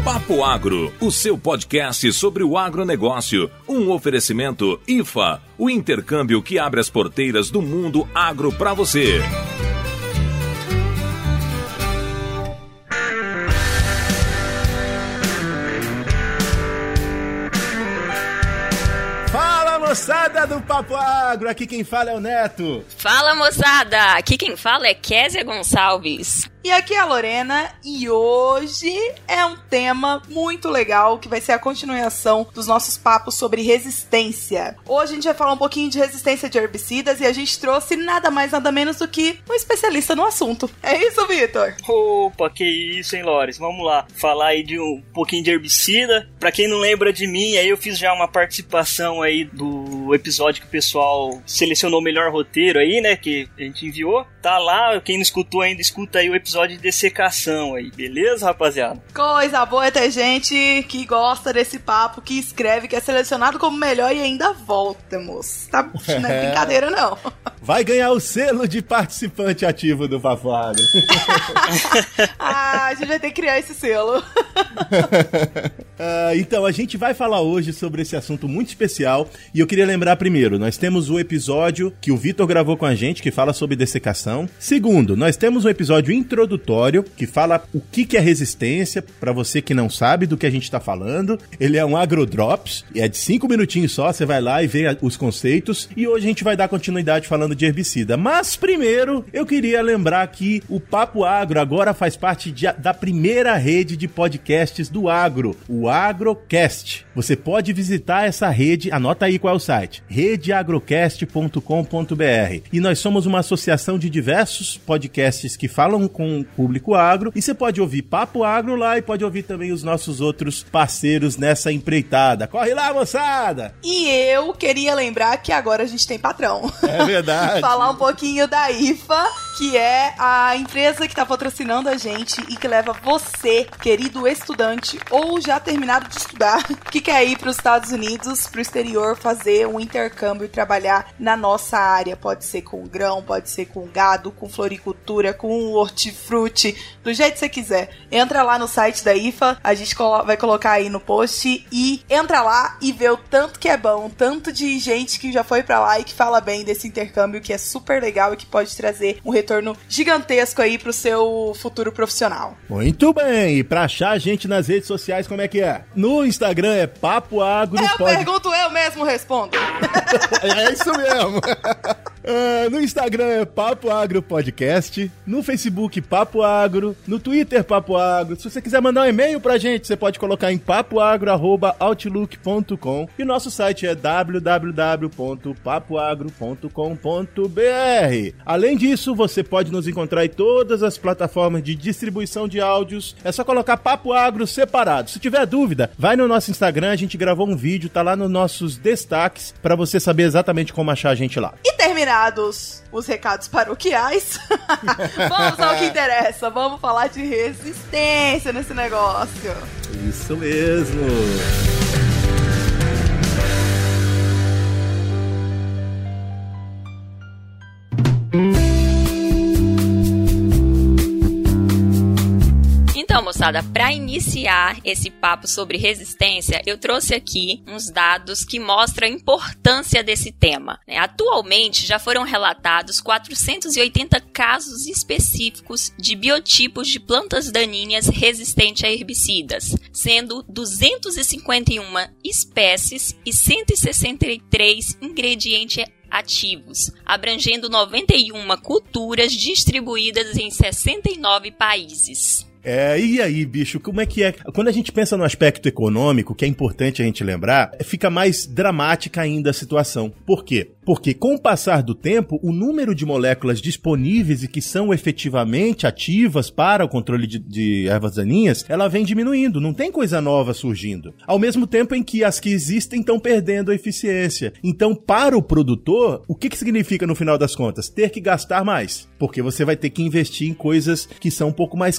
Papo Agro, o seu podcast sobre o agronegócio. Um oferecimento IFA, o intercâmbio que abre as porteiras do mundo agro para você. Moçada do Papo Agro, aqui quem fala é o Neto. Fala, moçada, aqui quem fala é Kézia Gonçalves. E aqui é a Lorena, e hoje é um tema muito legal, que vai ser a continuação dos nossos papos sobre resistência. Hoje a gente vai falar um pouquinho de resistência de herbicidas, e a gente trouxe nada mais, nada menos do que um especialista no assunto. É isso, Vitor? Opa, que isso, hein, Lores? Vamos lá, falar aí de um pouquinho de herbicida. Pra quem não lembra de mim, aí eu fiz já uma participação aí do episódio que o pessoal selecionou o melhor roteiro aí, né, que a gente enviou. Tá lá, quem não escutou ainda, escuta aí o episódio de dessecação aí, beleza, rapaziada? Coisa boa é ter gente que gosta desse papo, que escreve, que é selecionado como melhor e ainda volta, moço. Tá, não é brincadeira, não. Vai ganhar o selo de participante ativo do Papo Agro. A gente vai ter que criar esse selo. Então, a gente vai falar hoje sobre esse assunto muito especial, e eu queria lembrar primeiro, nós temos o episódio que o Vitor gravou com a gente, que fala sobre dessecação. Segundo, nós temos um episódio introdutório, que fala o que é resistência, pra você que não sabe do que a gente tá falando. Ele é um agrodrops, e é de 5 minutinhos só, você vai lá e vê os conceitos, e hoje a gente vai dar continuidade falando de herbicida. Mas primeiro, eu queria lembrar que o Papo Agro agora faz parte da primeira rede de podcasts do agro, o Agrocast. Você pode visitar essa rede, anota aí qual é o site, redeagrocast.com.br. E nós somos uma associação de diversos podcasts que falam com o público agro, e você pode ouvir Papo Agro lá e pode ouvir também os nossos outros parceiros nessa empreitada. Corre lá, moçada! E eu queria lembrar que agora a gente tem patrão. É verdade. Falar um pouquinho da IFA, que é a empresa que está patrocinando a gente e que leva você, querido estudante, ou já terminado de estudar, que quer ir para os Estados Unidos, para o exterior, fazer um intercâmbio e trabalhar na nossa área. Pode ser com grão, pode ser com gado, com floricultura, com hortifruti, do jeito que você quiser. Entra lá no site da IFA, a gente vai colocar aí no post, e entra lá e vê o tanto que é bom, tanto de gente que já foi para lá e que fala bem desse intercâmbio, que é super legal e que pode trazer um retorno gigantesco aí pro seu futuro profissional. Muito bem, e pra achar a gente nas redes sociais, como é que é? No Instagram é Papo Agro. Pergunto, eu mesmo respondo. É isso mesmo. No Instagram é Papo Agro Podcast, no Facebook Papo Agro, no Twitter Papo Agro. Se você quiser mandar um e-mail pra gente, você pode colocar em papoagro@outlook.com, e nosso site é www.papoagro.com.br. Além disso, você pode nos encontrar em todas as plataformas de distribuição de áudios. É só colocar Papo Agro separado. Se tiver dúvida, vai no nosso Instagram, a gente gravou um vídeo, tá lá nos nossos destaques, pra você saber exatamente como achar a gente lá. E terminados os recados paroquiais, vamos ao que interessa. Vamos falar de resistência nesse negócio. Isso mesmo. Então, moçada, para iniciar esse papo sobre resistência, eu trouxe aqui uns dados que mostram a importância desse tema. Atualmente, já foram relatados 480 casos específicos de biotipos de plantas daninhas resistentes a herbicidas, sendo 251 espécies e 163 ingredientes ativos, abrangendo 91 culturas distribuídas em 69 países. E aí, bicho, como é que é? Quando a gente pensa no aspecto econômico, que é importante a gente lembrar, fica mais dramática ainda a situação. Por quê? Porque com o passar do tempo, o número de moléculas disponíveis e que são efetivamente ativas para o controle de ervas daninhas, ela vem diminuindo, não tem coisa nova surgindo. Ao mesmo tempo em que as que existem estão perdendo a eficiência. Então, para o produtor, o que significa no final das contas? Ter que gastar mais. Porque você vai ter que investir em coisas que são um pouco mais caras do que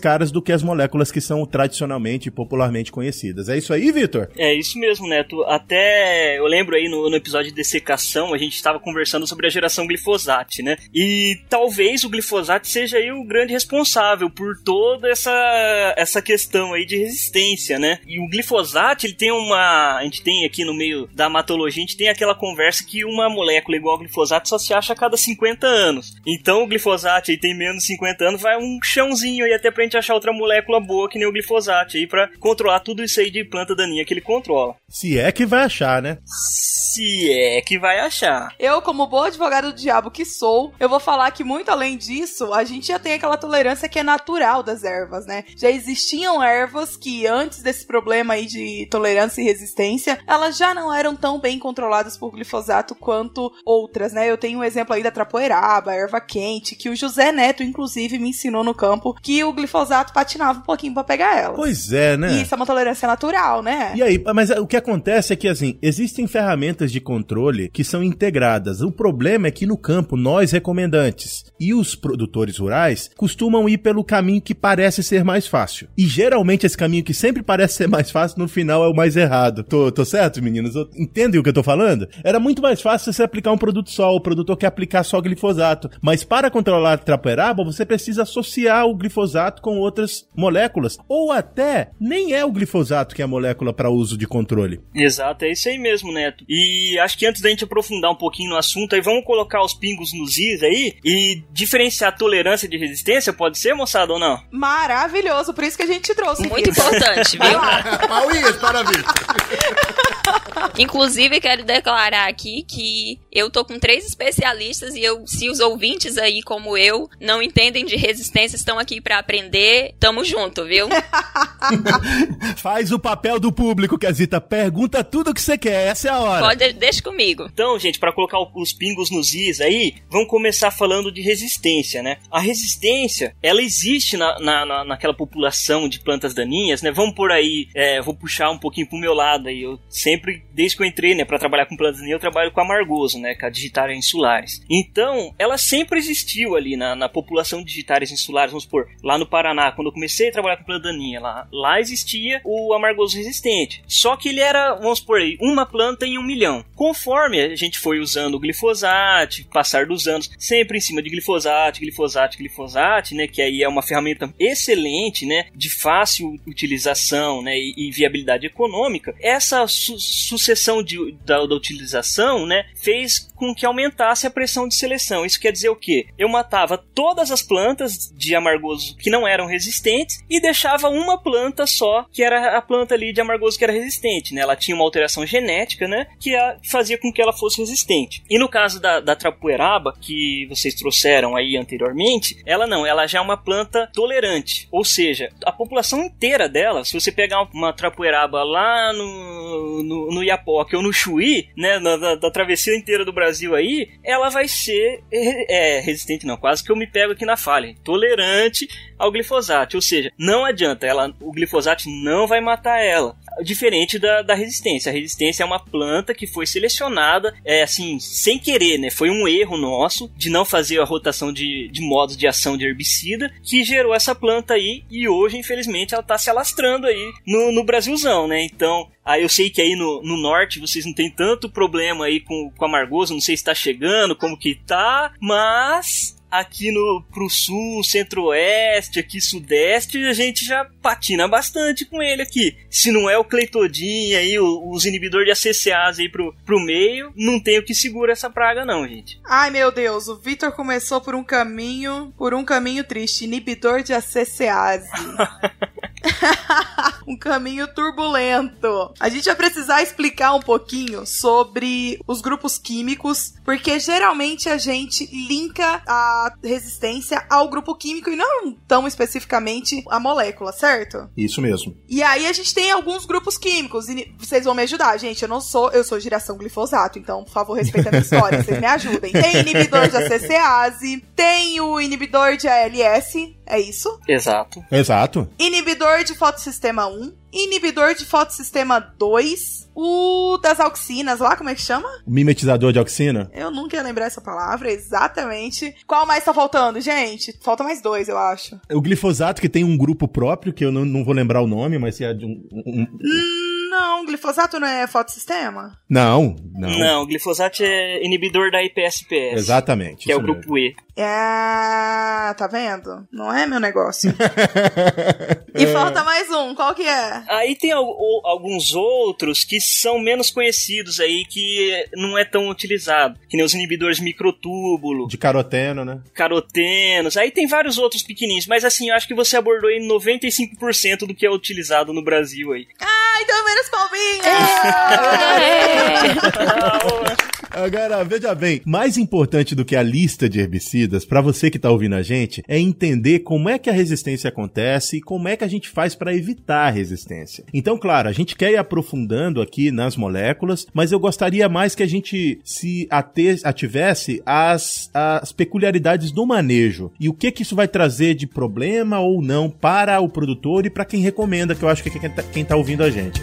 que as moléculas que são tradicionalmente e popularmente conhecidas. É isso aí, Vitor? É isso mesmo, Neto. Até eu lembro aí no episódio de dessecação, a gente estava conversando sobre a geração glifosato, né? E talvez o glifosato seja aí o grande responsável por toda essa questão aí de resistência, né? E o glifosato, ele tem a gente tem aqui no meio da amatologia, a gente tem aquela conversa que uma molécula igual ao glifosato só se acha a cada 50 anos. Então o glifosato aí tem menos de 50 anos, vai um chãozinho aí até pra gente achar outra molécula boa que nem o glifosato aí pra controlar tudo isso aí de planta daninha que ele controla. Se é que vai achar, né? Se é que vai achar. Eu, como boa advogada do diabo que sou, eu vou falar que muito além disso, a gente já tem aquela tolerância que é natural das ervas, né? Já existiam ervas que antes desse problema aí de tolerância e resistência, elas já não eram tão bem controladas por glifosato quanto outras, né? Eu tenho um exemplo aí da trapoeraba, erva quente, que o José Neto, inclusive, me ensinou no campo que o glifosato patinava um pouquinho pra pegar elas. Pois é, né? E isso é uma tolerância natural, né? E aí, mas o que acontece é que, assim, existem ferramentas de controle que são integradas. O problema é que no campo, nós recomendantes e os produtores rurais costumam ir pelo caminho que parece ser mais fácil. E geralmente esse caminho que sempre parece ser mais fácil, no final é o mais errado. Tô certo, meninos? Entendem o que eu tô falando? Era muito mais fácil você aplicar um produto só, o produtor quer aplicar só glifosato. Mas para controlar a trapoeraba, você precisa associar o glifosato com outras moléculas. Ou até, nem é o glifosato que é a molécula para uso de controle. Exato, é isso aí mesmo, Neto. E acho que antes da gente aprofundar um pouquinho no assunto, aí vamos colocar os pingos nos is aí e diferenciar tolerância de resistência, pode ser, moçada, ou não? Maravilhoso, por isso que a gente te trouxe. Muito importante, viu? Paulinhas, parabéns. Inclusive, quero declarar aqui que eu tô com 3 especialistas e se os ouvintes aí, como eu, não entendem de resistência, estão aqui pra aprender, tamo junto, viu? Faz o papel do público, Quezita. Pergunta tudo o que você quer, essa é a hora. Deixa comigo. Então, gente, pra colocar os pingos nos is aí, vamos começar falando de resistência, né? A resistência, ela existe naquela população de plantas daninhas, né? Vamos por aí, vou puxar um pouquinho pro meu lado aí. Eu sempre, desde que eu entrei, né, pra trabalhar com plantas daninhas, eu trabalho com a Amargoso, né, com a Digitaria insulares. Então, ela sempre existiu ali na população de Digitarias insulares, vamos supor, lá no Paraná, quando eu comecei a trabalhar com planta daninha, lá existia o Amargoso resistente. Só que ele era, vamos supor aí, uma planta em 1 milhão. Conforme a gente foi usando o glifosato, passar dos anos, sempre em cima de glifosato, né, que aí é uma ferramenta excelente, né, de fácil utilização, né, e viabilidade econômica. Essa sucessão da utilização, né, fez com que aumentasse a pressão de seleção. Isso quer dizer o quê? Eu matava todas as plantas de amargoso que não eram resistentes e deixava uma planta só, que era a planta ali de amargoso que era resistente, né? Ela tinha uma alteração genética, né, que fazia com que ela fosse resistente. E no caso da trapoeraba, que vocês trouxeram aí anteriormente, ela já é uma planta tolerante. Ou seja, a população inteira dela, se você pegar uma trapoeraba lá no Iapoque ou no Chuí, né, da travessia inteira do Brasil aí, ela vai ser resistente não, quase que eu me pego aqui na falha, tolerante ao glifosato, ou seja, não adianta, o glifosato não vai matar ela, diferente da resistência. A resistência é uma planta que foi selecionada, assim, sem querer, né, foi um erro nosso de não fazer a rotação de modos de ação de herbicida, que gerou essa planta aí, e hoje, infelizmente, ela tá se alastrando aí no Brasilzão, né, então... eu sei que aí no norte vocês não tem tanto problema aí com a amargoso, não sei se tá chegando, como que tá, mas aqui pro sul, centro-oeste, aqui sudeste, a gente já patina bastante com ele aqui. Se não é o cleitodin aí, os inibidores de ACCase aí pro meio, não tem o que segura essa praga não, gente. Ai, meu Deus, o Vitor começou por um caminho triste, inibidor de ACCase. Um caminho turbulento. A gente vai precisar explicar um pouquinho sobre os grupos químicos, porque geralmente a gente linka a resistência ao grupo químico e não tão especificamente a molécula, certo? Isso mesmo. E aí a gente tem alguns grupos químicos e vocês vão me ajudar, gente. Eu sou geração glifosato, então por favor respeita a minha história, vocês me ajudem. Tem inibidor de ACCase, tem o inibidor de ALS, é isso? Exato. Inibidor de fotossistema 1, inibidor de fotossistema 2, o das auxinas lá, como é que chama? O mimetizador de auxina? Eu nunca ia lembrar essa palavra, exatamente. Qual mais tá faltando, gente? Falta mais 2, eu acho. O glifosato, que tem um grupo próprio, que eu não vou lembrar o nome, mas é de Não, glifosato não é fotossistema? Não. Não, glifosato é inibidor da IPSPS. Exatamente. Que é o grupo E. Tá vendo? Não é meu negócio. E falta mais um, qual que é? Aí tem alguns outros que são menos conhecidos aí, que não é tão utilizado. Que nem os inibidores de microtúbulo. De caroteno, né? Carotenos. Aí tem vários outros pequenininhos. Mas assim, eu acho que você abordou aí 95% do que é utilizado no Brasil aí. Então menos palminha! Agora, veja bem, mais importante do que a lista de herbicidas, pra você que tá ouvindo a gente, é entender como é que a resistência acontece e como é que a gente faz pra evitar a resistência. Então, claro, a gente quer ir aprofundando aqui nas moléculas, mas eu gostaria mais que a gente se ativesse às peculiaridades do manejo e o que isso vai trazer de problema ou não para o produtor e para quem recomenda, que eu acho que é quem tá ouvindo a gente.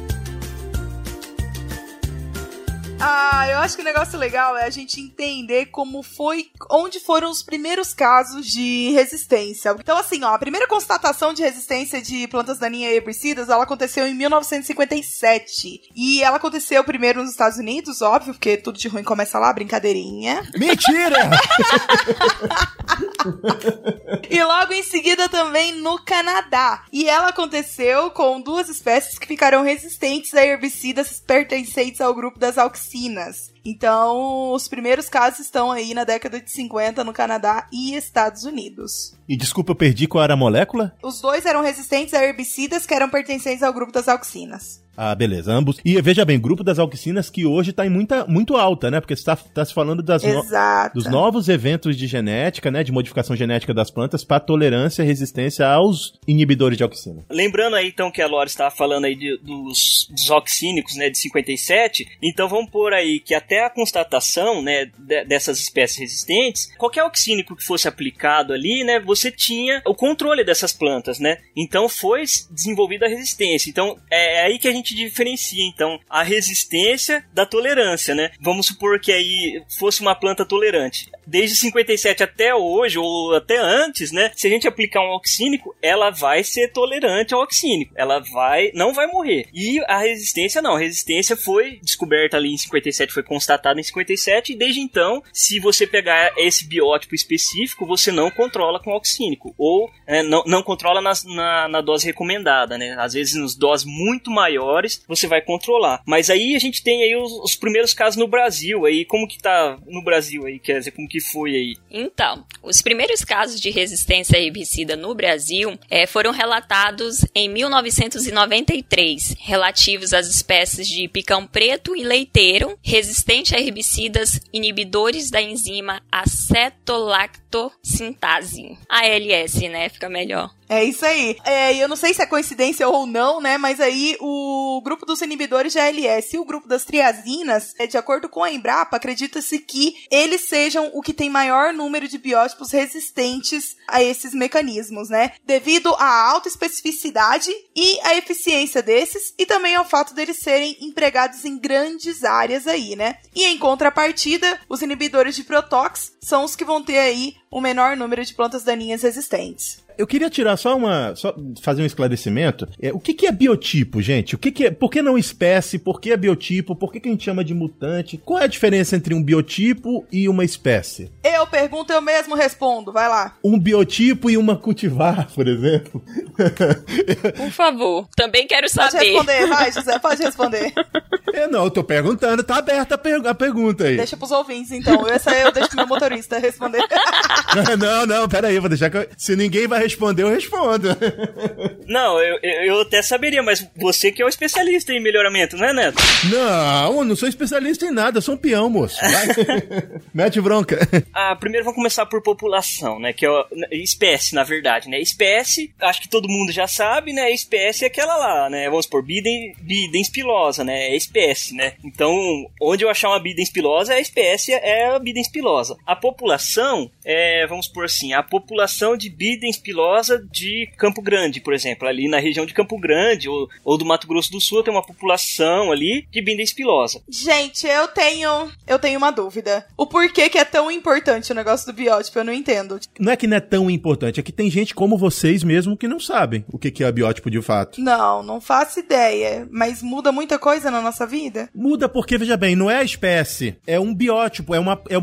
Eu acho que o negócio legal é a gente entender onde foram os primeiros casos de resistência. Então, assim, a primeira constatação de resistência de plantas daninhas e herbicidas, ela aconteceu em 1957. E ela aconteceu primeiro nos Estados Unidos, óbvio, porque tudo de ruim começa lá, brincadeirinha. Mentira! E logo em seguida também no Canadá. E ela aconteceu com 2 espécies que ficaram resistentes a herbicidas pertencentes ao grupo das auxinas. Então, os primeiros casos estão aí na década de 50 no Canadá e Estados Unidos. E desculpa, eu perdi qual era a molécula? Os 2 eram resistentes a herbicidas que eram pertencentes ao grupo das auxinas. Beleza, ambos. E veja bem, grupo das auxinas que hoje tá em muito alta, né? Porque você tá se falando dos novos eventos de genética, né? De modificação genética das plantas para tolerância e resistência aos inibidores de auxina. Lembrando aí, então, que a Lore estava falando aí dos auxínicos, né? De 57. Então, vamos pôr aí que até a constatação, né? Dessas espécies resistentes, qualquer auxínico que fosse aplicado ali, né? Você tinha o controle dessas plantas, né? Então, foi desenvolvida a resistência. Então, é aí que a gente diferencia, então, a resistência da tolerância, né? Vamos supor que aí fosse uma planta tolerante. Desde 57 até hoje, ou até antes, né? Se a gente aplicar um auxínico, ela vai ser tolerante ao auxínico. Ela não vai morrer. E a resistência não. A resistência foi descoberta ali em 57, foi constatada em 57, e desde então, se você pegar esse biótipo específico, você não controla com auxínico. Ou não controla na dose recomendada, né? Às vezes, nas doses muito maiores, você vai controlar. Mas aí a gente tem aí os primeiros casos no Brasil. Aí como que tá no Brasil aí? Quer dizer, como que foi aí? Então, os primeiros casos de resistência a herbicida no Brasil foram relatados em 1993, relativos às espécies de picão preto e leiteiro, resistente a herbicidas inibidores da enzima acetolactosintase. ALS, né? Fica melhor. É isso aí. Eu não sei se é coincidência ou não, né? Mas aí o grupo dos inibidores de ALS e o grupo das triazinas, de acordo com a Embrapa, acredita-se que eles sejam o que tem maior número de biótipos resistentes a esses mecanismos, né? Devido à alta especificidade e à eficiência desses, e também ao fato deles serem empregados em grandes áreas aí, né? E em contrapartida, os inibidores de Protox são os que vão ter aí o menor número de plantas daninhas resistentes. Eu queria tirar só fazer um esclarecimento. O que é biotipo, gente? Por que não espécie? Por que é biotipo? Por que a gente chama de mutante? Qual é a diferença entre um biotipo e uma espécie? Eu pergunto, eu mesmo respondo. Vai lá. Um biotipo e uma cultivar, por exemplo. Por favor, também quero saber. Pode responder, vai, José, pode responder. Eu tô perguntando, tá aberta a pergunta aí. Deixa pros ouvintes, então. Essa eu deixo pro meu motorista responder. Não, peraí, vou deixar que se ninguém vai responder, eu respondo. Não, eu até saberia, mas você que é o especialista em melhoramento, não é, Neto? Não, eu não sou especialista em nada, eu sou um peão, moço. Mete bronca. Primeiro vamos começar por população, né, que é espécie, na verdade, né, espécie, acho que todo mundo já sabe, né, espécie é aquela lá, né, vamos supor, Bidens pilosa, né, é espécie, né, então, onde eu achar uma Bidens pilosa, a espécie é a Bidens pilosa. A população vamos supor assim, a população de Bidens pilosa de Campo Grande, por exemplo, ali na região de Campo Grande ou do Mato Grosso do Sul, tem uma população ali de Bidens pilosa. Gente, eu tenho uma dúvida. O porquê que é tão importante o negócio do biótipo, eu não entendo. Não é que não é tão importante, é que tem gente como vocês mesmo que não sabem o que é biótipo de fato. Não faço ideia, mas muda muita coisa na nossa vida? Muda porque, veja bem, não é a espécie, é um biótipo,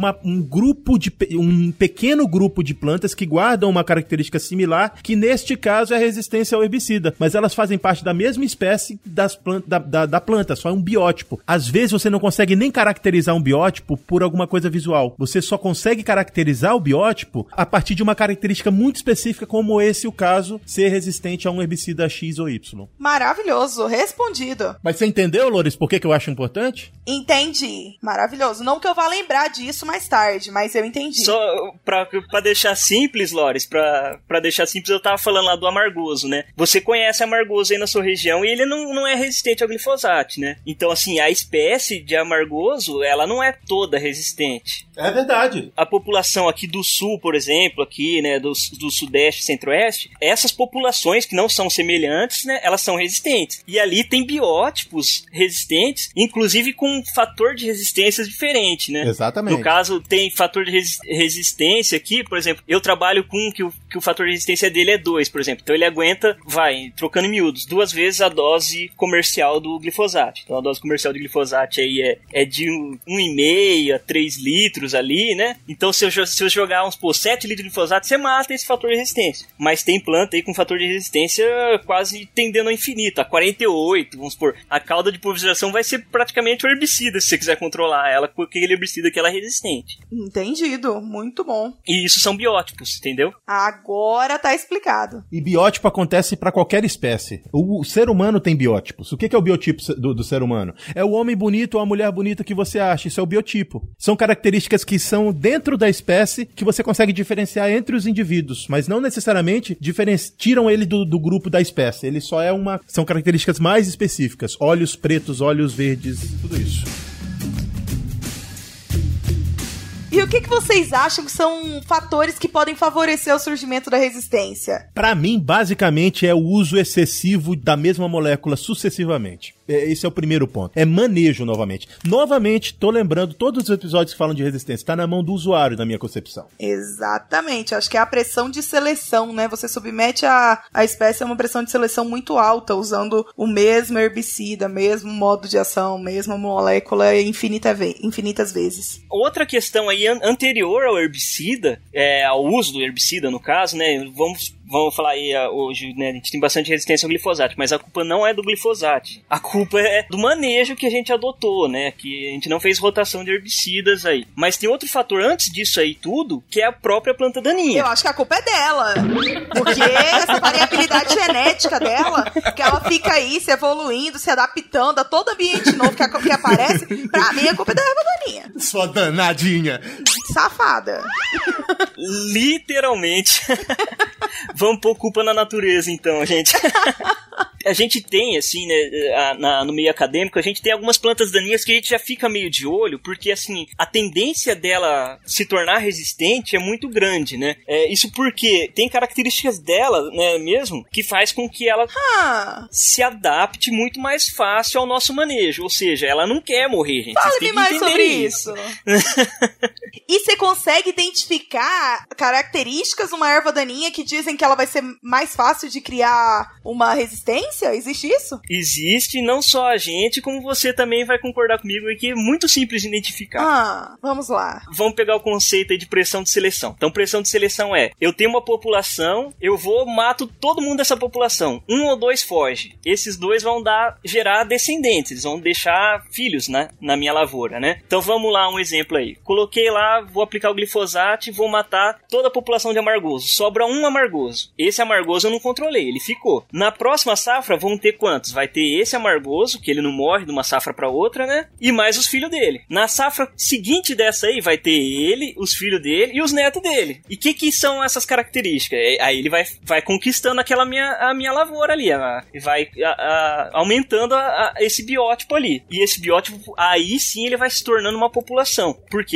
um pequeno grupo de plantas que guardam uma característica similar, que neste caso é a resistência ao herbicida, mas elas fazem parte da mesma espécie da planta, só é um biótipo. Às vezes você não consegue nem caracterizar um biótipo por alguma coisa visual, você só consegue caracterizar o biótipo a partir de uma característica muito específica, como o caso, ser resistente a um herbicida X ou Y. Maravilhoso, respondido. Mas você entendeu, Loris, por que eu acho importante? Entendi, maravilhoso. Não que eu vá lembrar disso mais tarde, mas eu entendi. Só pra deixar simples, Loris, pra deixar simples, eu tava falando lá do amargoso, né? Você conhece amargoso aí na sua região e ele não é resistente ao glifosato, né? Então, assim, a espécie de amargoso, ela não é toda resistente. É verdade. A população aqui do sul, por exemplo, aqui, né, do sudeste, centro-oeste, essas populações que não são semelhantes, né, elas são resistentes. E ali tem biótipos resistentes, inclusive com um fator de resistência diferente, né? Exatamente. No caso, tem fator de resistência aqui, por exemplo, eu trabalho com que o fator de resistência dele é 2, por exemplo. Então ele aguenta, trocando em miúdos, 2 vezes a dose comercial do glifosato. Então a dose comercial de glifosato aí é de 1,5 a 3 litros ali, né? Então se eu jogar 7 litros de glifosato, você mata esse fator de resistência. Mas tem planta aí com fator de resistência quase tendendo ao infinito, a 48, vamos supor. A cauda de pulverização vai ser praticamente o herbicida, se você quiser controlar ela com aquele herbicida que ela é resistente. Entendido, muito bom. E isso são biótipos, entendeu? Agora tá explicado. E biótipo acontece para qualquer espécie. O ser humano tem biótipos. O que é o biotipo do ser humano? É o homem bonito ou a mulher bonita que você acha. Isso é o biotipo. São características que são dentro da espécie que você consegue diferenciar entre os indivíduos, mas não necessariamente tiram ele do grupo da espécie. Ele só são características mais específicas. Olhos pretos, olhos verdes, tudo isso. E o que vocês acham que são fatores que podem favorecer o surgimento da resistência? Para mim, basicamente, é o uso excessivo da mesma molécula sucessivamente. Esse é o primeiro ponto. É manejo, novamente. Novamente, tô lembrando, todos os episódios que falam de resistência, tá na mão do usuário, na minha concepção. Exatamente. Acho que é a pressão de seleção, né? Você submete a espécie a uma pressão de seleção muito alta, usando o mesmo herbicida, mesmo modo de ação, mesma molécula infinitas vezes. Outra questão aí anterior ao herbicida, ao uso do herbicida, no caso, né? Vamos falar aí hoje, né? A gente tem bastante resistência ao glifosato, mas a culpa não é do glifosato. A culpa é do manejo que a gente adotou, né? Que a gente não fez rotação de herbicidas aí. Mas tem outro fator antes disso aí tudo, que é a própria planta daninha. Eu acho que a culpa é dela. Porque essa variabilidade genética dela, que ela fica aí se evoluindo, se adaptando a todo ambiente novo que aparece, pra mim a culpa é da erva daninha. Sua danadinha. Safada. Literalmente. Vamos pôr culpa na natureza, então, gente. A gente tem, assim, né, no meio acadêmico, a gente tem algumas plantas daninhas que a gente já fica meio de olho, porque, assim, a tendência dela se tornar resistente é muito grande, né? Isso porque tem características dela, né, mesmo, que faz com que ela se adapte muito mais fácil ao nosso manejo. Ou seja, ela não quer morrer, gente. Fale-me mais sobre isso. E você consegue identificar características de uma erva daninha que dizem que ela vai ser mais fácil de criar uma resistência? Existe isso? Existe, não só a gente, como você também vai concordar comigo que é muito simples de identificar. Vamos lá. Vamos pegar o conceito aí de pressão de seleção. Então, pressão de seleção eu tenho uma população, mato todo mundo dessa população. 1 ou 2 foge. Esses 2 vão gerar descendentes, eles vão deixar filhos, né, na minha lavoura, né? Então, vamos lá, um exemplo aí. Coloquei lá, vou aplicar o glifosato e vou matar toda a população de amargoso. Sobra um amargoso. Esse amargoso eu não controlei, ele ficou. Na próxima safra, vão ter quantos? Vai ter esse amargoso, que ele não morre de uma safra para outra, né? E mais os filhos dele. Na safra seguinte dessa aí, vai ter ele, os filhos dele e os netos dele. E o que são essas características? Aí ele vai conquistando a minha lavoura ali, e vai aumentando esse biótipo ali. E esse biótipo, aí sim, ele vai se tornando uma população. Por quê? Porque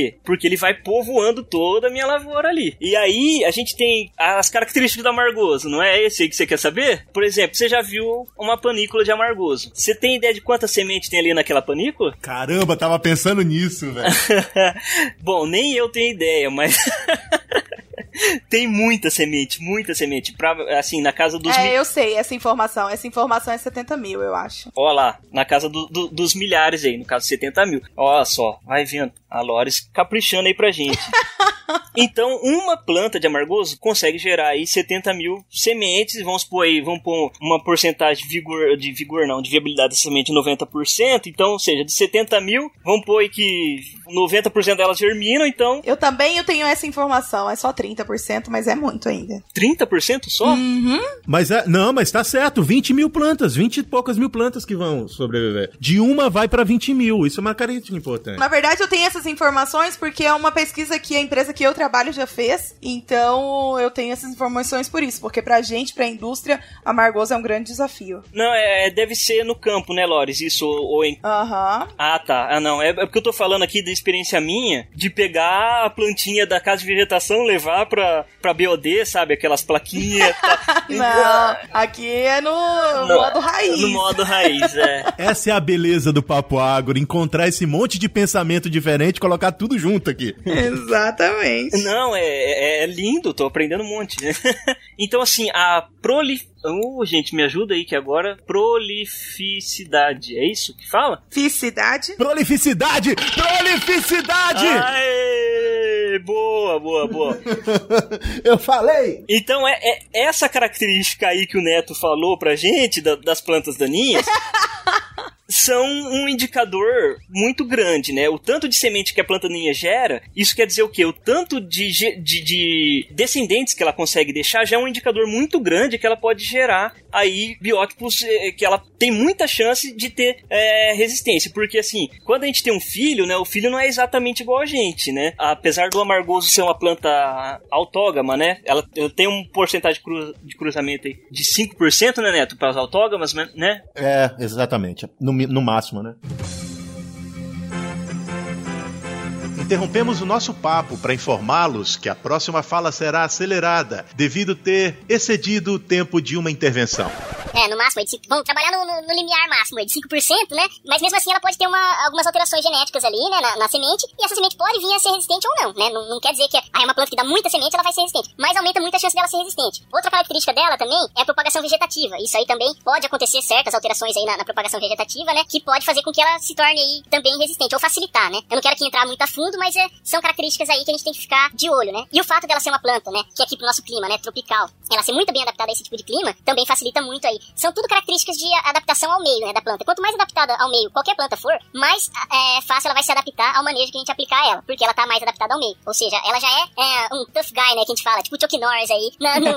ele vai povoando toda a minha lavoura ali. E aí, a gente tem as características do amargoso, não é esse aí que você quer saber? Por exemplo, você já viu uma panícula de amargoso. Você tem ideia de quantas sementes tem ali naquela panícula? Caramba, tava pensando nisso, velho. Bom, nem eu tenho ideia, mas... Tem muita semente. Assim, na casa dos... eu sei, essa informação é 70 mil, eu acho. Ó lá, na casa dos milhares aí, no caso 70 mil. Ó só, vai vendo. A Lores caprichando aí pra gente. Então, uma planta de amargoso consegue gerar aí 70 mil sementes. Vamos pôr uma porcentagem de viabilidade da semente de 90%. Então, ou seja, de 70 mil, vamos pôr aí que 90% delas germinam, então... Eu tenho essa informação, é só 30%, mas é muito ainda. 30% só? Uhum. Mas tá certo, 20 mil plantas, 20 e poucas mil plantas que vão sobreviver. De uma vai pra 20 mil, isso é uma característica importante. Na verdade, eu tenho essas informações porque é uma pesquisa que a empresa que eu trabalho já fez, então eu tenho essas informações por isso, porque pra indústria, amargoso é um grande desafio. Não, deve ser no campo, né, Lores? Isso, ou em... Aham. Ah, tá. Ah, não, é porque eu tô falando aqui da experiência minha de pegar a plantinha da casa de vegetação, levar pra BOD, sabe? Aquelas plaquinhas. Tá. Não, aqui é no modo raiz. No modo raiz, é. Essa é a beleza do Papo Agro, encontrar esse monte de pensamento diferente e colocar tudo junto aqui. Exatamente. Não, é lindo, tô aprendendo um monte. Então, assim, a gente, me ajuda aí que agora... Prolificidade, é isso que fala? Prolificidade! Aê! Boa. Eu falei! Então, essa característica aí que o Neto falou pra gente, das plantas daninhas... são um indicador muito grande, né? O tanto de semente que a planta daninha gera, isso quer dizer o quê? O tanto de descendentes que ela consegue deixar já é um indicador muito grande que ela pode gerar aí biótipos que ela tem muita chance de ter resistência. Porque, assim, quando a gente tem um filho, né? O filho não é exatamente igual a gente, né? Apesar do amargoso ser uma planta autógama, né? Ela tem um porcentagem de cruzamento aí de 5%, né, Neto? Para as autógamas, né? É, exatamente. No máximo, né? Interrompemos o nosso papo para informá-los que a próxima fala será acelerada, devido ter excedido o tempo de uma intervenção. No máximo, vamos trabalhar no limiar máximo de 5%, né? Mas mesmo assim ela pode ter algumas alterações genéticas ali, né, na semente, e essa semente pode vir a ser resistente ou não, né? Não quer dizer que é uma planta que dá muita semente, ela vai ser resistente, mas aumenta muito a chance dela ser resistente. Outra característica dela também é a propagação vegetativa. Isso aí também pode acontecer certas alterações aí na propagação vegetativa, né? Que pode fazer com que ela se torne aí também resistente, ou facilitar, né? Eu não quero aqui entrar muito a fundo, mas são características aí que a gente tem que ficar de olho, né? E o fato dela ser uma planta, né? Que aqui pro nosso clima, né? Tropical, ela ser muito bem adaptada a esse tipo de clima, também facilita muito aí. São tudo características de adaptação ao meio, né, da planta. Quanto mais adaptada ao meio qualquer planta for, mais fácil ela vai se adaptar ao manejo que a gente aplicar a ela, porque ela tá mais adaptada ao meio. Ou seja, ela já é um tough guy, né, que a gente fala, tipo o Chuck Norris aí,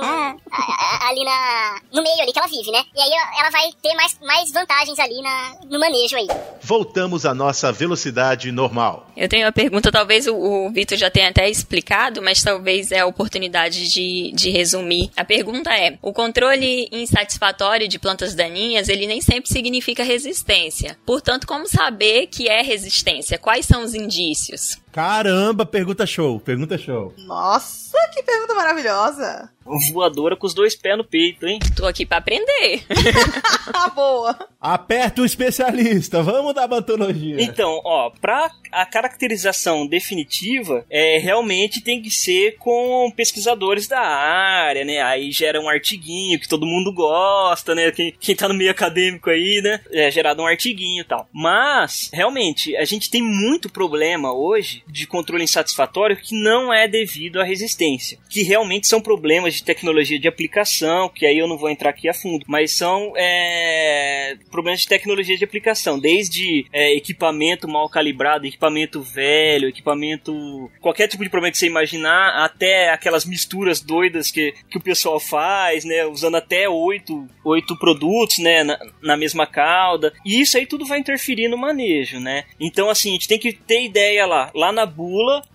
ali no meio ali que ela vive, né? E aí ela vai ter mais vantagens ali no manejo aí. Voltamos à nossa velocidade normal. Eu tenho uma pergunta, talvez o Vitor já tenha até explicado, mas talvez é a oportunidade de resumir. A pergunta é, o controle insatisfatório de plantas daninhas, ele nem sempre significa resistência. Portanto, como saber que é resistência? Quais são os indícios? Caramba, pergunta show. Nossa, que pergunta maravilhosa. Voadora com os 2 pés no peito, hein? Tô aqui pra aprender. Boa. Aperta o especialista, vamos dar bantologia. Então, pra a caracterização definitiva, realmente tem que ser com pesquisadores da área, né? Aí gera um artiguinho que todo mundo gosta, né? Quem tá no meio acadêmico aí, né? É gerado um artiguinho e tal. Mas, realmente, a gente tem muito problema hoje de controle insatisfatório que não é devido à resistência. Que realmente são problemas de tecnologia de aplicação, que aí eu não vou entrar aqui a fundo, mas são problemas de tecnologia de aplicação, desde equipamento mal calibrado, equipamento velho, qualquer tipo de problema que você imaginar, até aquelas misturas doidas que o pessoal faz, né, usando até 8 produtos, né, na mesma cauda, e isso aí tudo vai interferir no manejo, né. Então, assim, a gente tem que ter ideia lá na bula,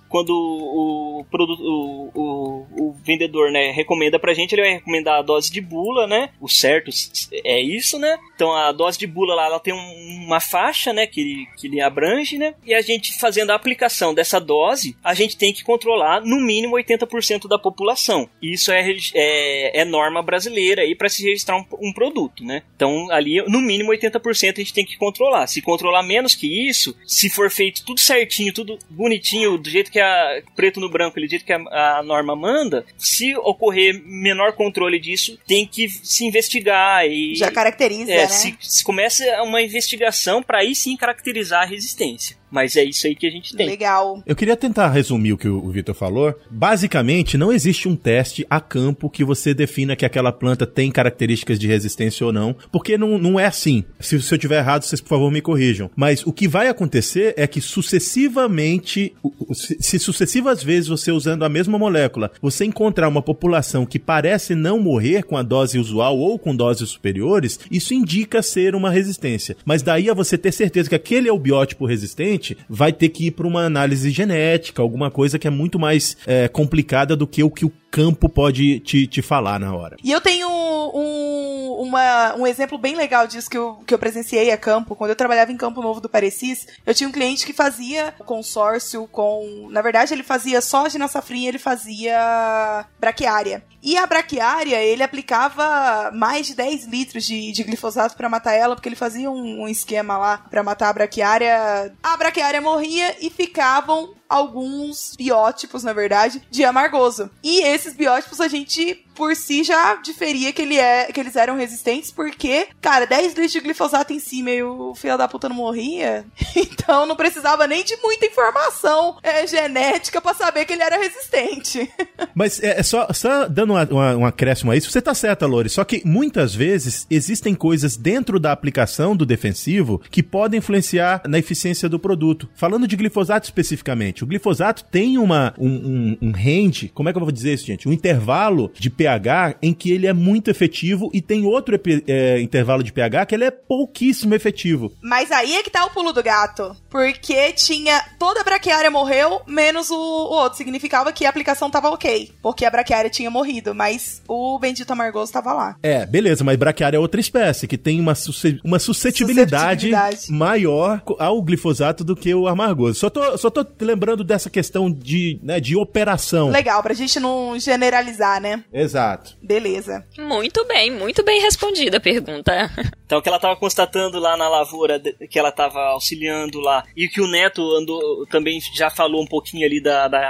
quando o vendedor, né, recomenda pra gente, ele vai recomendar a dose de bula, né? O certo é isso, né? Então a dose de bula lá, ela tem uma faixa, né, que ele abrange, né? E a gente fazendo a aplicação dessa dose, a gente tem que controlar no mínimo 80% da população. Isso é norma brasileira aí para se registrar um produto, né? Então ali no mínimo 80% a gente tem que controlar. Se controlar menos que isso, se for feito tudo certinho, tudo bonitinho, do jeito que preto no branco, do jeito que a norma manda, se ocorrer menor controle disso, tem que se investigar e... Já caracteriza, né? Se começa uma investigação para aí sim caracterizar a resistência. Mas é isso aí que a gente tem. Legal. Eu queria tentar resumir o que o Vitor falou. Basicamente, não existe um teste a campo que você defina que aquela planta tem características de resistência ou não, porque não é assim. Se eu tiver errado, vocês, por favor, me corrijam. Mas o que vai acontecer é que sucessivamente, se sucessivas vezes você usando a mesma molécula, você encontrar uma população que parece não morrer com a dose usual ou com doses superiores, isso indica ser uma resistência. Mas daí a você ter certeza que aquele é o biótipo resistente, vai ter que ir para uma análise genética, alguma coisa que é muito mais complicada do que o campo pode te falar na hora. E eu tenho um exemplo bem legal disso que eu presenciei a campo. Quando eu trabalhava em Campo Novo do Parecis, eu tinha um cliente que fazia consórcio com... Na verdade, ele fazia soja na safrinha, ele fazia braquiária. E a braquiária, ele aplicava mais de 10 litros de glifosato pra matar ela, porque ele fazia um esquema lá pra matar a braquiária. A braquiária morria e ficavam alguns biótipos, na verdade, de amargoso. E esses biótipos a gente, por si, já diferia que eles eram resistentes, porque, cara, 10 litros de glifosato em cima e o filho da puta não morria. Então não precisava nem de muita informação genética pra saber que ele era resistente. Mas só dando um acréscimo a isso, você tá certa, Lori, só que muitas vezes existem coisas dentro da aplicação do defensivo que podem influenciar na eficiência do produto. Falando de glifosato especificamente, o glifosato tem um range, como é que eu vou dizer isso, gente? Um intervalo de pH em que ele é muito efetivo e tem outro intervalo de pH que ele é pouquíssimo efetivo. Mas aí é que tá o pulo do gato, porque toda a braquiária morreu, menos o outro. Significava que a aplicação tava ok, porque a braquiária tinha morrido, mas o bendito amargoso tava lá. Beleza, mas braquiária é outra espécie, que tem uma suscetibilidade maior ao glifosato do que o amargoso. Só tô lembrando dessa questão de operação. Legal, pra gente não generalizar, né? Exato. Beleza. Muito bem respondida a pergunta. Então, o que ela tava constatando lá na lavoura, que ela tava auxiliando lá, e que o Neto também já falou um pouquinho ali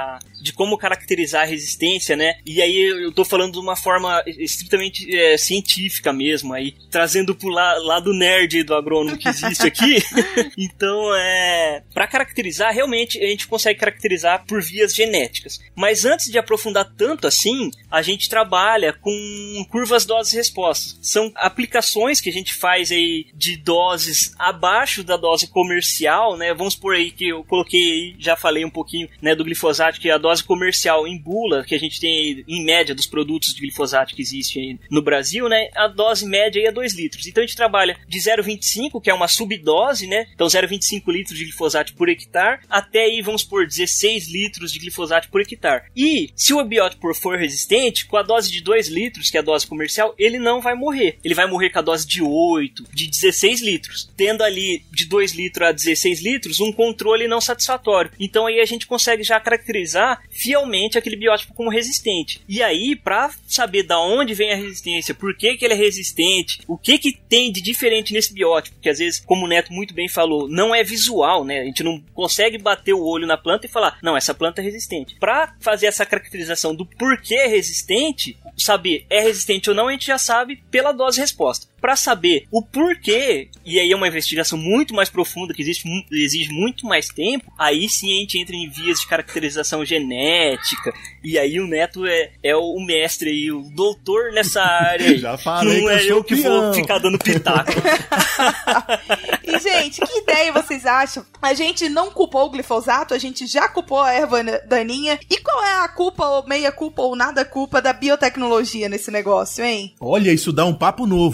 de como caracterizar a resistência, né? E aí eu tô falando de uma forma estritamente científica mesmo, aí trazendo pro lado nerd do agrônomo que existe aqui. Então, pra caracterizar, realmente a gente consegue caracterizar por vias genéticas. Mas antes de aprofundar tanto assim, a gente trabalha com curvas doses-respostas. São aplicações que a gente faz aí de doses abaixo da dose comercial, né? Vamos por aí que eu coloquei aí, já falei um pouquinho, né, do glifosato, que é a dose comercial em bula, que a gente tem em média dos produtos de glifosato que existem no Brasil, né? A dose média aí é 2 litros. Então a gente trabalha de 0,25, que é uma subdose, né? Então 0,25 litros de glifosato por hectare, até aí vamos por 16 litros de glifosato por hectare. E se o biótipo for resistente, com a dose de 2 litros, que é a dose comercial, ele não vai morrer. Ele vai morrer com a dose de 8, de 16 litros. Tendo ali de 2 litros a 16 litros, um controle não satisfatório. Então aí a gente consegue já caracterizar fielmente aquele biótipo como resistente. E aí, para saber da onde vem a resistência, por que ele é resistente, o que tem de diferente nesse biótipo, que às vezes, como o Neto muito bem falou, não é visual, né? A gente não consegue bater o olho na planta e falar, não, essa planta é resistente. Para fazer essa caracterização do porquê é resistente, saber é resistente ou não, a gente já sabe pela dose-resposta. Para saber o porquê, e aí é uma investigação muito mais profunda, que exige muito mais tempo, aí sim a gente entra em vias de caracterização genética, e aí o Neto é o mestre aí, o doutor nessa área aí. Já falei, não é eu que vou ficar dando pitaco. E, gente, que ideia vocês acham? A gente não culpou o glifosato, a gente já culpou a erva daninha. E qual é a culpa, ou meia culpa, ou nada culpa da biotecnologia nesse negócio, hein? Olha, isso dá um papo novo, hein?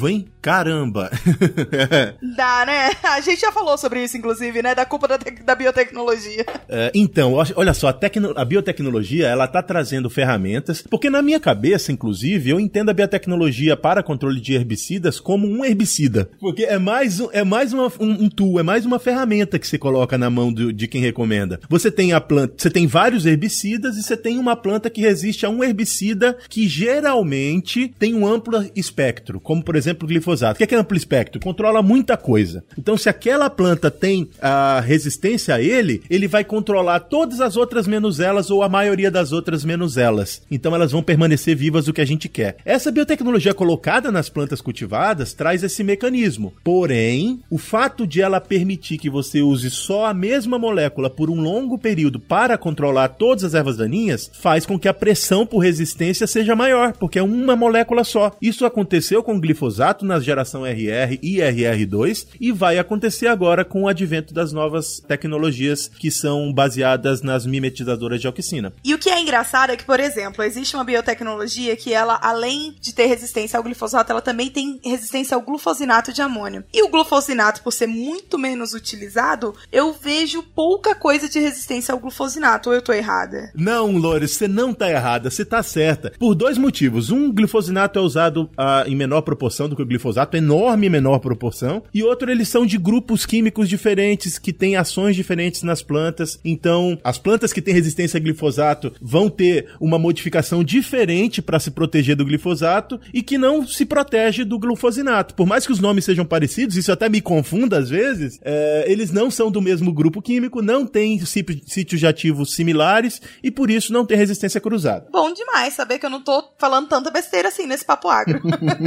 Caramba! Dá, né? A gente já falou sobre isso, inclusive, né? Da culpa da biotecnologia. Então, olha só, a biotecnologia, ela tá trazendo ferramentas, porque na minha cabeça, inclusive, eu entendo a biotecnologia para controle de herbicidas como um herbicida. Porque é mais um tool, é mais uma ferramenta que você coloca na mão de quem recomenda. Você tem a planta, você tem vários herbicidas e você tem uma planta que resiste a um herbicida que geralmente tem um amplo espectro, como por exemplo o glifosato. O que é amplo espectro? Controla muita coisa. Então, se aquela planta tem a resistência a ele vai controlar todas as outras menos elas ou a maioria das outras menos elas. Então, elas vão permanecer vivas, o que a gente quer. Essa biotecnologia colocada nas plantas cultivadas traz esse mecanismo. Porém, o fato de ela permitir que você use só a mesma molécula por um longo período para controlar todas as ervas daninhas faz com que a pressão por resistência seja maior, porque é uma molécula só. Isso aconteceu com o glifosato na geração RR e RR2 e vai acontecer agora com o advento das novas tecnologias que são baseadas nas mimetizadoras de auxina. E o que é engraçado é que, por exemplo, existe uma biotecnologia que ela, além de ter resistência ao glifosato, ela também tem resistência ao glufosinato de amônio. E o glufosinato, por ser muito menos utilizado, eu vejo pouca coisa de resistência ao glufosinato. Ou eu tô errada? Não, Lores, você não tá errada, você tá certa. Por dois motivos. Um, glufosinato é usado em menor proporção do que o glifosato, enorme menor proporção. E outro, eles são de grupos químicos diferentes, que têm ações diferentes nas plantas. Então, as plantas que têm resistência a glifosato vão ter uma modificação diferente para se proteger do glifosato e que não se protege do glufosinato. Por mais que os nomes sejam parecidos, isso até me confunda às vezes, eles não são do mesmo grupo químico, não têm sítios de ativos similares e por isso não tem resistência cruzada. Bom demais saber que eu não tô falando tanta besteira assim nesse papo agro.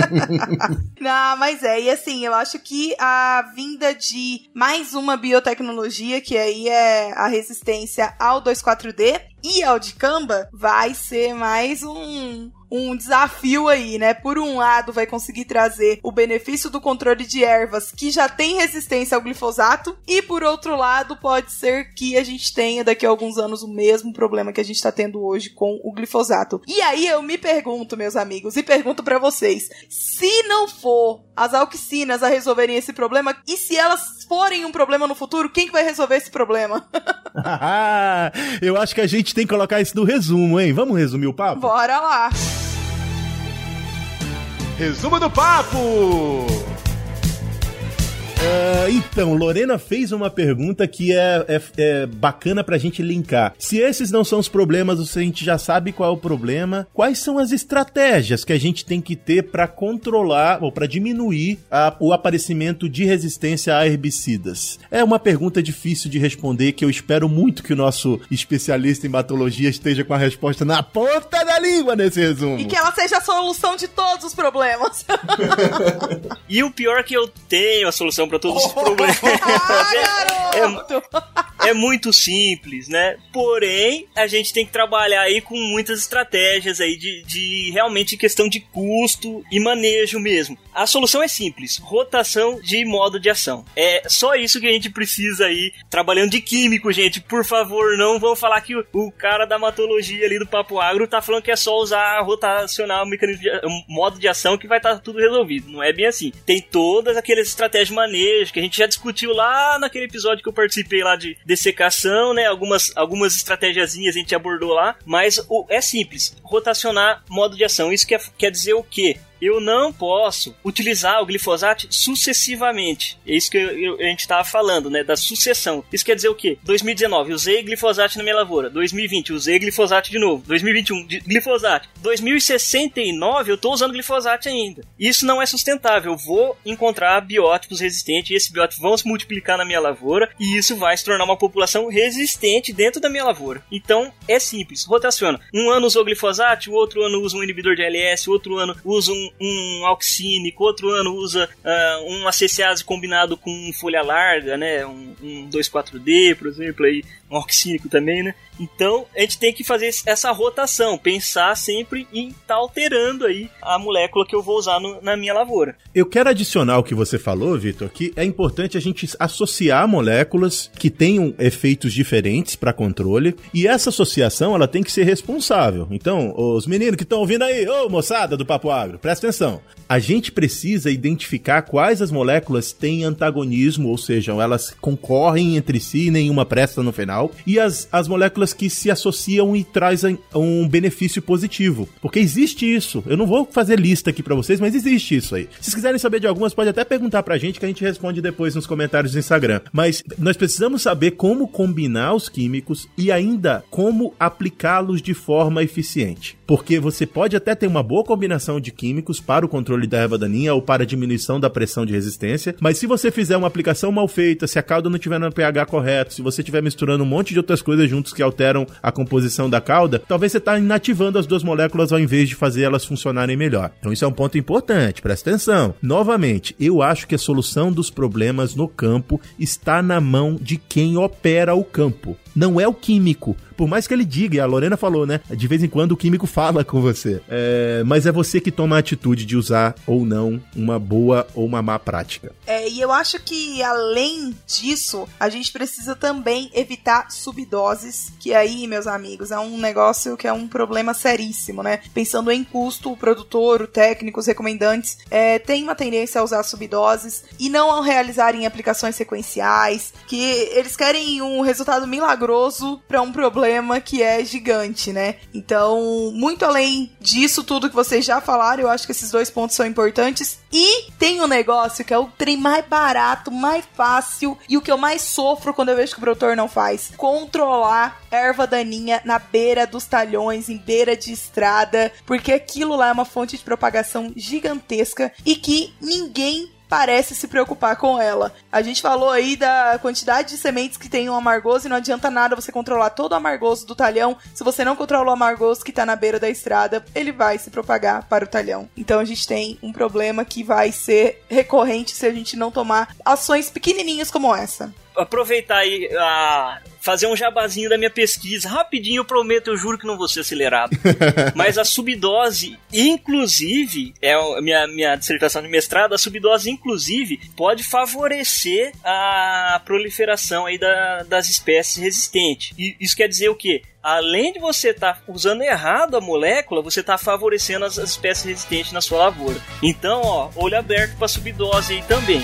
Não, mas e assim, eu acho que a vinda de mais uma biotecnologia, que aí é a resistência ao 2,4-D e ao dicamba, vai ser mais um desafio aí, né? Por um lado, vai conseguir trazer o benefício do controle de ervas que já tem resistência ao glifosato e, por outro lado, pode ser que a gente tenha daqui a alguns anos o mesmo problema que a gente tá tendo hoje com o glifosato. E aí eu me pergunto, meus amigos, e pergunto pra vocês, se não for as auxinas a resolverem esse problema, e se elas forem um problema no futuro, quem que vai resolver esse problema? Eu acho que a gente tem que colocar isso no resumo, hein? Vamos resumir o papo? Bora lá! Resumo do papo! Então, Lorena fez uma pergunta que é bacana pra gente linkar. Se esses não são os problemas, a gente já sabe qual é o problema. Quais são as estratégias que a gente tem que ter pra controlar ou pra diminuir o aparecimento de resistência a herbicidas? É uma pergunta difícil de responder que eu espero muito que o nosso especialista em hematologia esteja com a resposta na ponta da língua nesse resumo. E que ela seja a solução de todos os problemas. E o pior é que eu tenho a solução para todos os problemas. É muito simples, né? Porém, a gente tem que trabalhar aí com muitas estratégias aí de realmente questão de custo e manejo mesmo. A solução é simples, rotação de modo de ação. É só isso que a gente precisa aí, trabalhando de químico, gente. Por favor, não vão falar que o cara da hematologia ali do Papo Agro tá falando que é só usar rotacionar o mecanismo de modo de ação que vai estar tudo resolvido. Não é bem assim. Tem todas aquelas estratégias de manejo que a gente já discutiu lá naquele episódio que eu participei lá de dessecação, né? Algumas estratégiazinhas a gente abordou lá, mas é simples, rotacionar modo de ação. Isso quer dizer o quê? Eu não posso utilizar o glifosato sucessivamente. É isso que a gente estava falando, né? Da sucessão. Isso quer dizer o quê? 2019, usei glifosato na minha lavoura. 2020, usei glifosato de novo. 2021, glifosato. 2069, eu estou usando glifosato ainda. Isso não é sustentável. Eu vou encontrar biótipos resistentes e esses biótipos vão se multiplicar na minha lavoura e isso vai se tornar uma população resistente dentro da minha lavoura. Então, é simples. Rotaciona. Um ano usou glifosato, o outro ano usa um inibidor de ALS, o outro ano usa um auxínico, outro ano usa um ACCase combinado com folha larga, né? Um 2,4-D, por exemplo, aí, um auxínico também, né? Então, a gente tem que fazer essa rotação, pensar sempre em estar alterando aí a molécula que eu vou usar na minha lavoura. Eu quero adicionar o que você falou, Vitor, que é importante a gente associar moléculas que tenham efeitos diferentes para controle, e essa associação, ela tem que ser responsável. Então, os meninos que estão ouvindo aí, ô moçada do Papo Agro, presta presta atenção. A gente precisa identificar quais as moléculas têm antagonismo, ou seja, elas concorrem entre si e nenhuma presta no final, e as moléculas que se associam e trazem um benefício positivo. Porque existe isso. Eu não vou fazer lista aqui pra vocês, mas existe isso aí. Se vocês quiserem saber de algumas, pode até perguntar pra gente que a gente responde depois nos comentários do Instagram. Mas nós precisamos saber como combinar os químicos e ainda como aplicá-los de forma eficiente. Porque você pode até ter uma boa combinação de químicos para o controle da erva daninha ou para a diminuição da pressão de resistência, mas se você fizer uma aplicação mal feita, se a cauda não estiver no pH correto, se você estiver misturando um monte de outras coisas juntos que alteram a composição da cauda, talvez você está inativando as duas moléculas ao invés de fazer elas funcionarem melhor. Então isso é um ponto importante, presta atenção. Novamente, eu acho que a solução dos problemas no campo está na mão de quem opera o campo. Não é o químico. Por mais que ele diga, e a Lorena falou, né? De vez em quando o químico fala com você. Mas é você que toma a atitude de usar ou não uma boa ou uma má prática. E eu acho que, além disso, a gente precisa também evitar subdoses, que aí, meus amigos, é um negócio que é um problema seríssimo, né? Pensando em custo, o produtor, o técnico, os recomendantes tem uma tendência a usar subdoses e não a realizarem aplicações sequenciais, que eles querem um resultado milagroso para um problema que é gigante, né? Então, muito além disso tudo que vocês já falaram, eu acho que esses dois pontos são importantes. E tem um negócio que é o trem mais barato, mais fácil e o que eu mais sofro quando eu vejo que o produtor não faz: controlar erva daninha na beira dos talhões, em beira de estrada, porque aquilo lá é uma fonte de propagação gigantesca e que ninguém parece se preocupar com ela. A gente falou aí da quantidade de sementes que tem o amargoso e não adianta nada você controlar todo o amargoso do talhão. Se você não controla o amargoso que tá na beira da estrada, ele vai se propagar para o talhão. Então a gente tem um problema que vai ser recorrente se a gente não tomar ações pequenininhas como essa. Aproveitar aí fazer um jabazinho da minha pesquisa rapidinho, eu prometo, eu juro que não vou ser acelerado. Mas a subdose, inclusive, é a minha dissertação de mestrado, a subdose, inclusive, pode favorecer a proliferação aí das espécies resistentes. E isso quer dizer o quê? Além de você estar usando errado a molécula, você está favorecendo as espécies resistentes na sua lavoura. Então, olho aberto para subdose aí também.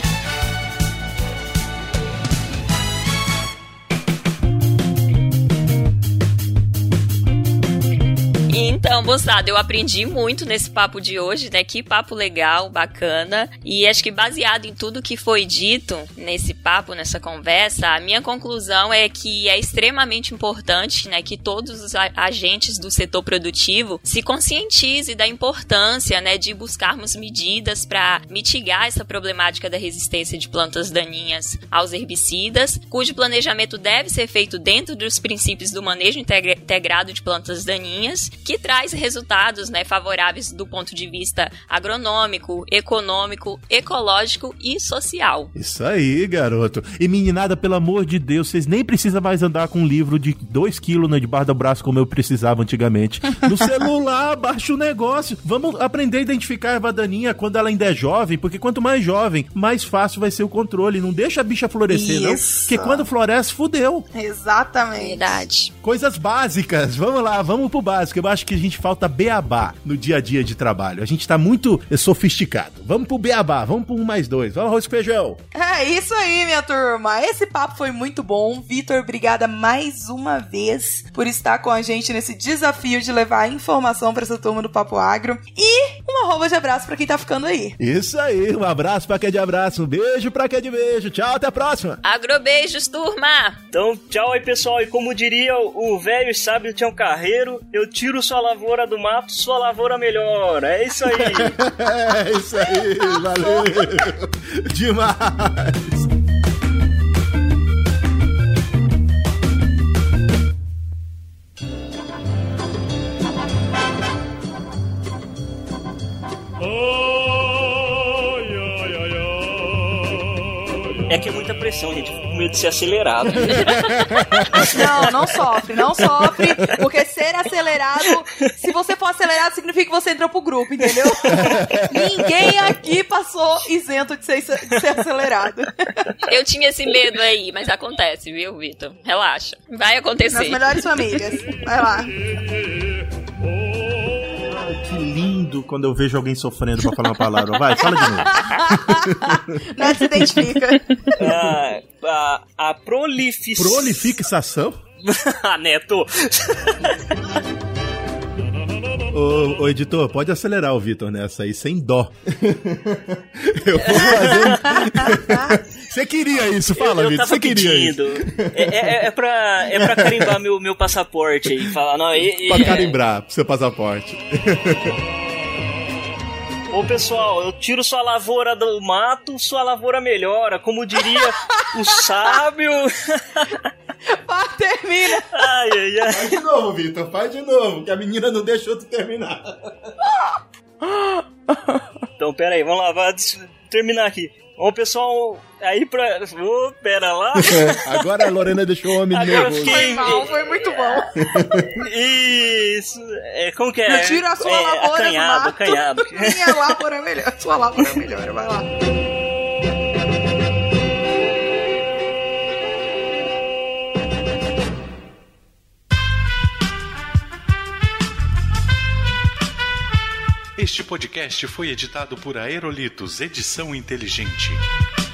Então, moçada, eu aprendi muito nesse papo de hoje, né? Que papo legal, bacana. E acho que baseado em tudo que foi dito nesse papo, nessa conversa, a minha conclusão é que é extremamente importante, né, que todos os agentes do setor produtivo se conscientizem da importância, né, de buscarmos medidas para mitigar essa problemática da resistência de plantas daninhas aos herbicidas, cujo planejamento deve ser feito dentro dos princípios do manejo integrado de plantas daninhas, que traz resultados, né, favoráveis do ponto de vista agronômico, econômico, ecológico e social. Isso aí, garoto. E meninada, pelo amor de Deus, vocês nem precisam mais andar com um livro de 2 quilos debaixo do braço como eu precisava antigamente. No celular, baixa o negócio. Vamos aprender a identificar a erva daninha quando ela ainda é jovem, porque quanto mais jovem, mais fácil vai ser o controle. Não deixa a bicha florescer, não. Porque quando floresce, fudeu. Exatamente. Verdade. Coisas básicas. Vamos lá, vamos pro básico. Eu acho que a gente falta beabá no dia a dia de trabalho. A gente tá muito sofisticado. Vamos pro beabá, vamos pro 1 mais 2. Vamos, arroz com feijão. É isso aí, minha turma. Esse papo foi muito bom. Vitor, obrigada mais uma vez por estar com a gente nesse desafio de levar informação pra essa turma do Papo Agro. E uma arroba de abraço pra quem tá ficando aí. Isso aí, um abraço pra quem é de abraço, um beijo pra quem é de beijo. Tchau, até a próxima. Agrobeijos, turma! Então, tchau aí, pessoal. E como diria o velho e sábio Tião Carreiro, eu tiro sua lavoura do mato, sua lavoura melhora. É isso aí. É isso aí, valeu. Demais. É que é muita pressão, gente. Fico com medo de ser acelerado. Não sofre. Porque ser acelerado, se você for acelerado, significa que você entrou pro grupo, entendeu? Ninguém aqui passou isento de ser acelerado. Eu tinha esse medo aí, mas acontece, viu, Vitor? Relaxa. Vai acontecer. Nas melhores famílias. Vai lá. Que lindo. suando quando eu vejo alguém sofrendo pra falar uma palavra. Vai, fala de novo. Não se identifica. A prolifixação. Prolifixação? Neto. Ô, editor, pode acelerar o Vitor nessa aí, sem dó. Eu vou fazer... Você queria isso, fala, Vitor, você queria isso. É pra carimbar meu passaporte aí. Falar, não, pra carimbar seu passaporte. Ô pessoal, eu tiro sua lavoura do mato, sua lavoura melhora. Como diria o sábio. Termina. Ai. Faz de novo, Vitor, faz de novo, que a menina não deixou tu terminar. Então, pera aí, vamos lá, vai terminar aqui. Ô pessoal, aí pra... pera lá. Agora a Lorena deixou o homem nervoso. Foi muito bom. Isso. Como que é? Eu tiro a sua lavoura do mato. Acanhado. Minha lavoura é melhor. Sua lavoura é melhor, vai lá. Este podcast foi editado por Aerolitos Edição Inteligente.